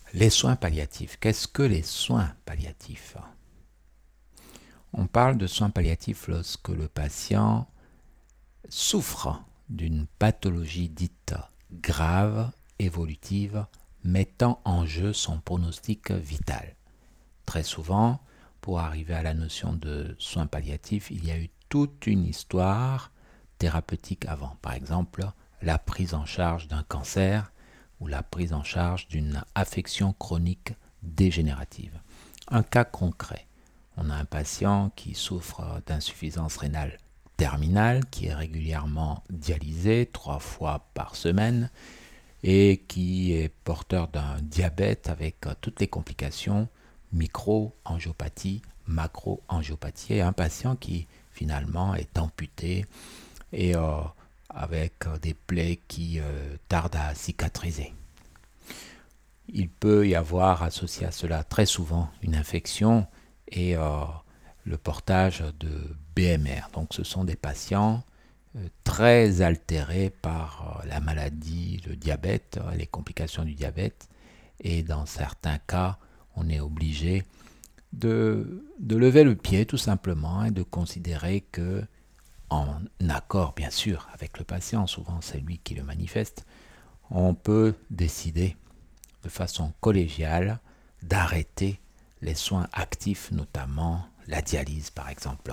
Les soins palliatifs. Qu'est-ce que les soins palliatifs? On parle de soins palliatifs lorsque le patient souffre d'une pathologie dite grave, évolutive, mettant en jeu son pronostic vital. Très souvent, pour arriver à la notion de soins palliatifs, il y a eu toute une histoire thérapeutique avant. Par exemple, la prise en charge d'un cancer ou la prise en charge d'une affection chronique dégénérative. Un cas concret. On a un patient qui souffre d'insuffisance rénale terminale, qui est régulièrement dialysé 3 fois par semaine et qui est porteur d'un diabète avec toutes les complications, micro-angiopathie, macro-angiopathie, et un patient qui finalement est amputé et avec des plaies qui tardent à cicatriser. Il peut y avoir associé à cela très souvent une infection et le portage de BMR. Donc ce sont des patients très altérés par la maladie, le diabète, les complications du diabète. Et dans certains cas, on est obligé de lever le pied tout simplement et de considérer que, en accord bien sûr avec le patient, souvent c'est lui qui le manifeste, on peut décider de façon collégiale d'arrêter les soins actifs, notamment la dialyse par exemple.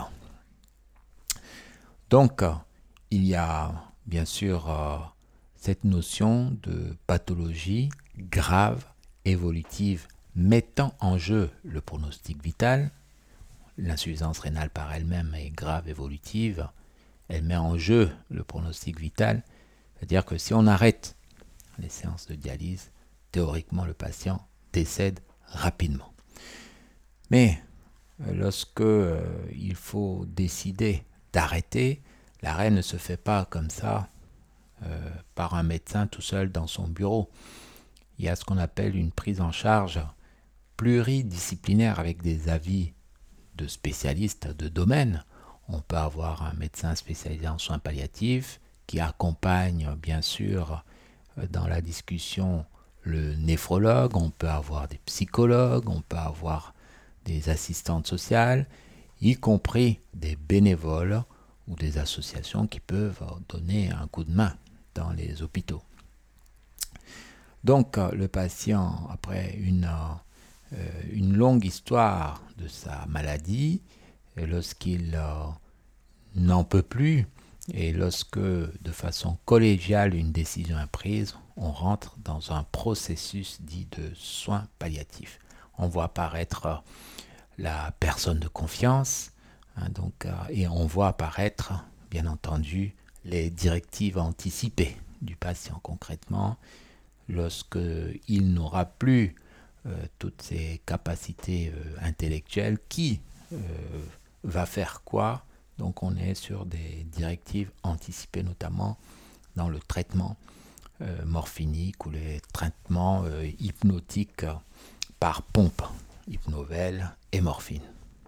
Donc, il y a bien sûr cette notion de pathologie grave, évolutive, mettant en jeu le pronostic vital. L'insuffisance rénale par elle-même est grave, évolutive. Elle met en jeu le pronostic vital. C'est-à-dire que si on arrête les séances de dialyse, théoriquement le patient décède rapidement. Mais lorsque il faut décider d'arrêter, l'arrêt ne se fait pas comme ça par un médecin tout seul dans son bureau. Il y a ce qu'on appelle une prise en charge pluridisciplinaire avec des avis de spécialistes de domaine. On peut avoir un médecin spécialisé en soins palliatifs qui accompagne bien sûr dans la discussion le néphrologue, on peut avoir des psychologues, on peut avoir des assistantes sociales, y compris des bénévoles ou des associations qui peuvent donner un coup de main dans les hôpitaux. Donc le patient, après une longue histoire de sa maladie, lorsqu'il n'en peut plus et lorsque de façon collégiale une décision est prise, on rentre dans un processus dit de soins palliatifs. On voit apparaître la personne de confiance, et on voit apparaître, bien entendu, les directives anticipées du patient concrètement, lorsqu'il n'aura plus toutes ses capacités intellectuelles, qui va faire quoi. Donc on est sur des directives anticipées, notamment dans le traitement morphinique ou les traitements hypnotiques par pompe, hypnovelle et morphine.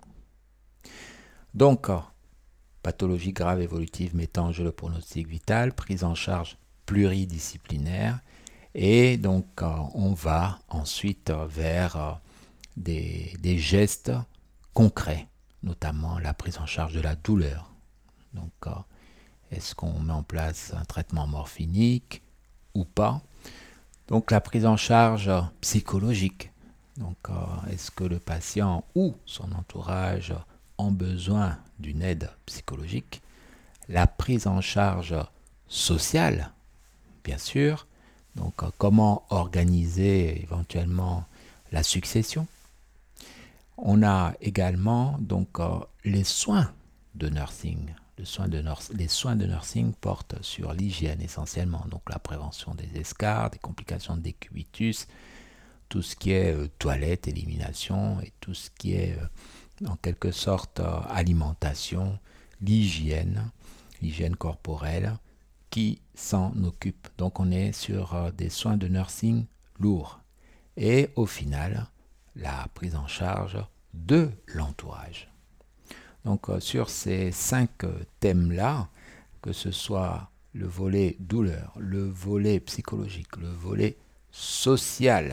Donc, pathologie grave évolutive mettant en jeu le pronostic vital, prise en charge pluridisciplinaire, et donc on va ensuite vers des gestes concrets, notamment la prise en charge de la douleur. Donc, est-ce qu'on met en place un traitement morphinique ou pas? Donc, la prise en charge psychologique. Donc, est-ce que le patient ou son entourage ont besoin d'une aide psychologique? La prise en charge sociale, bien sûr. Donc, comment organiser éventuellement la succession? On a également donc les soins de nursing. Les soins de nursing portent sur l'hygiène essentiellement, donc la prévention des escarres, des complications de décubitus, tout ce qui est toilette, élimination et tout ce qui est en quelque sorte alimentation, l'hygiène corporelle qui s'en occupe. Donc on est sur des soins de nursing lourds. Et au final, la prise en charge de l'entourage. Donc sur ces 5 thèmes-là, que ce soit le volet douleur, le volet psychologique, le volet social,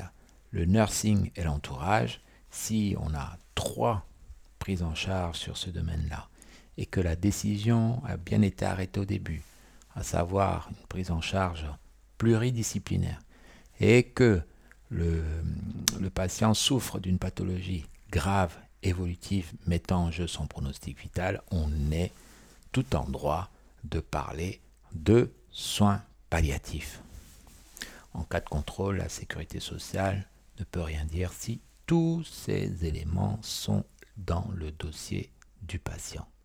le nursing et l'entourage, si on a 3 prises en charge sur ce domaine-là et que la décision a bien été arrêtée au début, à savoir une prise en charge pluridisciplinaire, et que le patient souffre d'une pathologie grave, évolutive, mettant en jeu son pronostic vital, on est tout en droit de parler de soins palliatifs. En cas de contrôle, la sécurité sociale ne peut rien dire si tous ces éléments sont dans le dossier du patient.